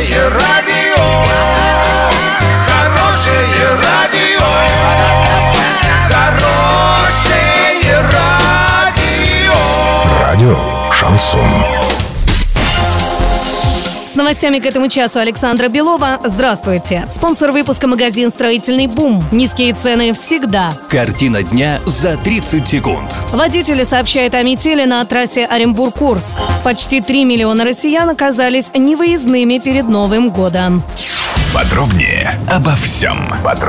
Хорошее радио, хорошее радио, хорошее радио. Радио Шансон. С новостями к этому часу Александра Белова. Здравствуйте. Спонсор выпуска — магазин «Строительный бум». Низкие цены всегда. Картина дня за 30 секунд. Водители сообщают о метели на трассе Оренбург-Курск. Почти 3 миллиона россиян оказались невыездными перед Новым годом. Подробнее обо всем.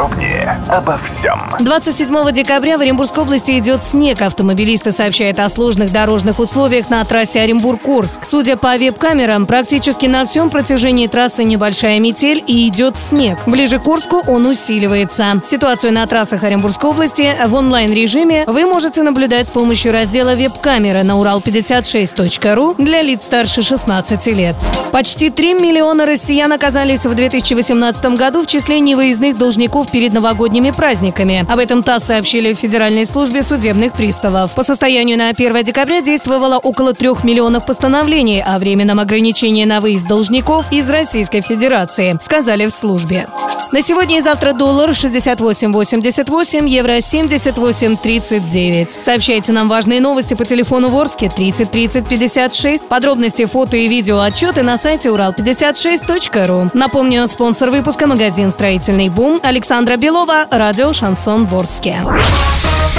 27 декабря в Оренбургской области идет снег. Автомобилисты сообщают о сложных дорожных условиях на трассе Оренбург-Курск. Судя по веб-камерам, практически на всем протяжении трассы небольшая метель и идет снег. Ближе к Курску он усиливается. Ситуацию на трассах Оренбургской области в онлайн-режиме вы можете наблюдать с помощью раздела веб-камеры на урал56.ру для лиц старше 16 лет. Почти 3 миллиона россиян оказались в 2018 году в числе невыездных должников перед новогодними праздниками. Об этом ТАСС сообщили в Федеральной службе судебных приставов. По состоянию на 1 декабря действовало около 3 миллионов постановлений о временном ограничении на выезд должников из Российской Федерации, сказали в службе. На сегодня и завтра доллар 68.88, евро 78.39. Сообщайте нам важные новости по телефону Ворске 30 30 56. Подробности, фото и видео отчеты на сайте урал56.ру. Напомню, спонсор выпуска — магазин «Строительный бум». Александра Белова, радио «Шансон Ворске».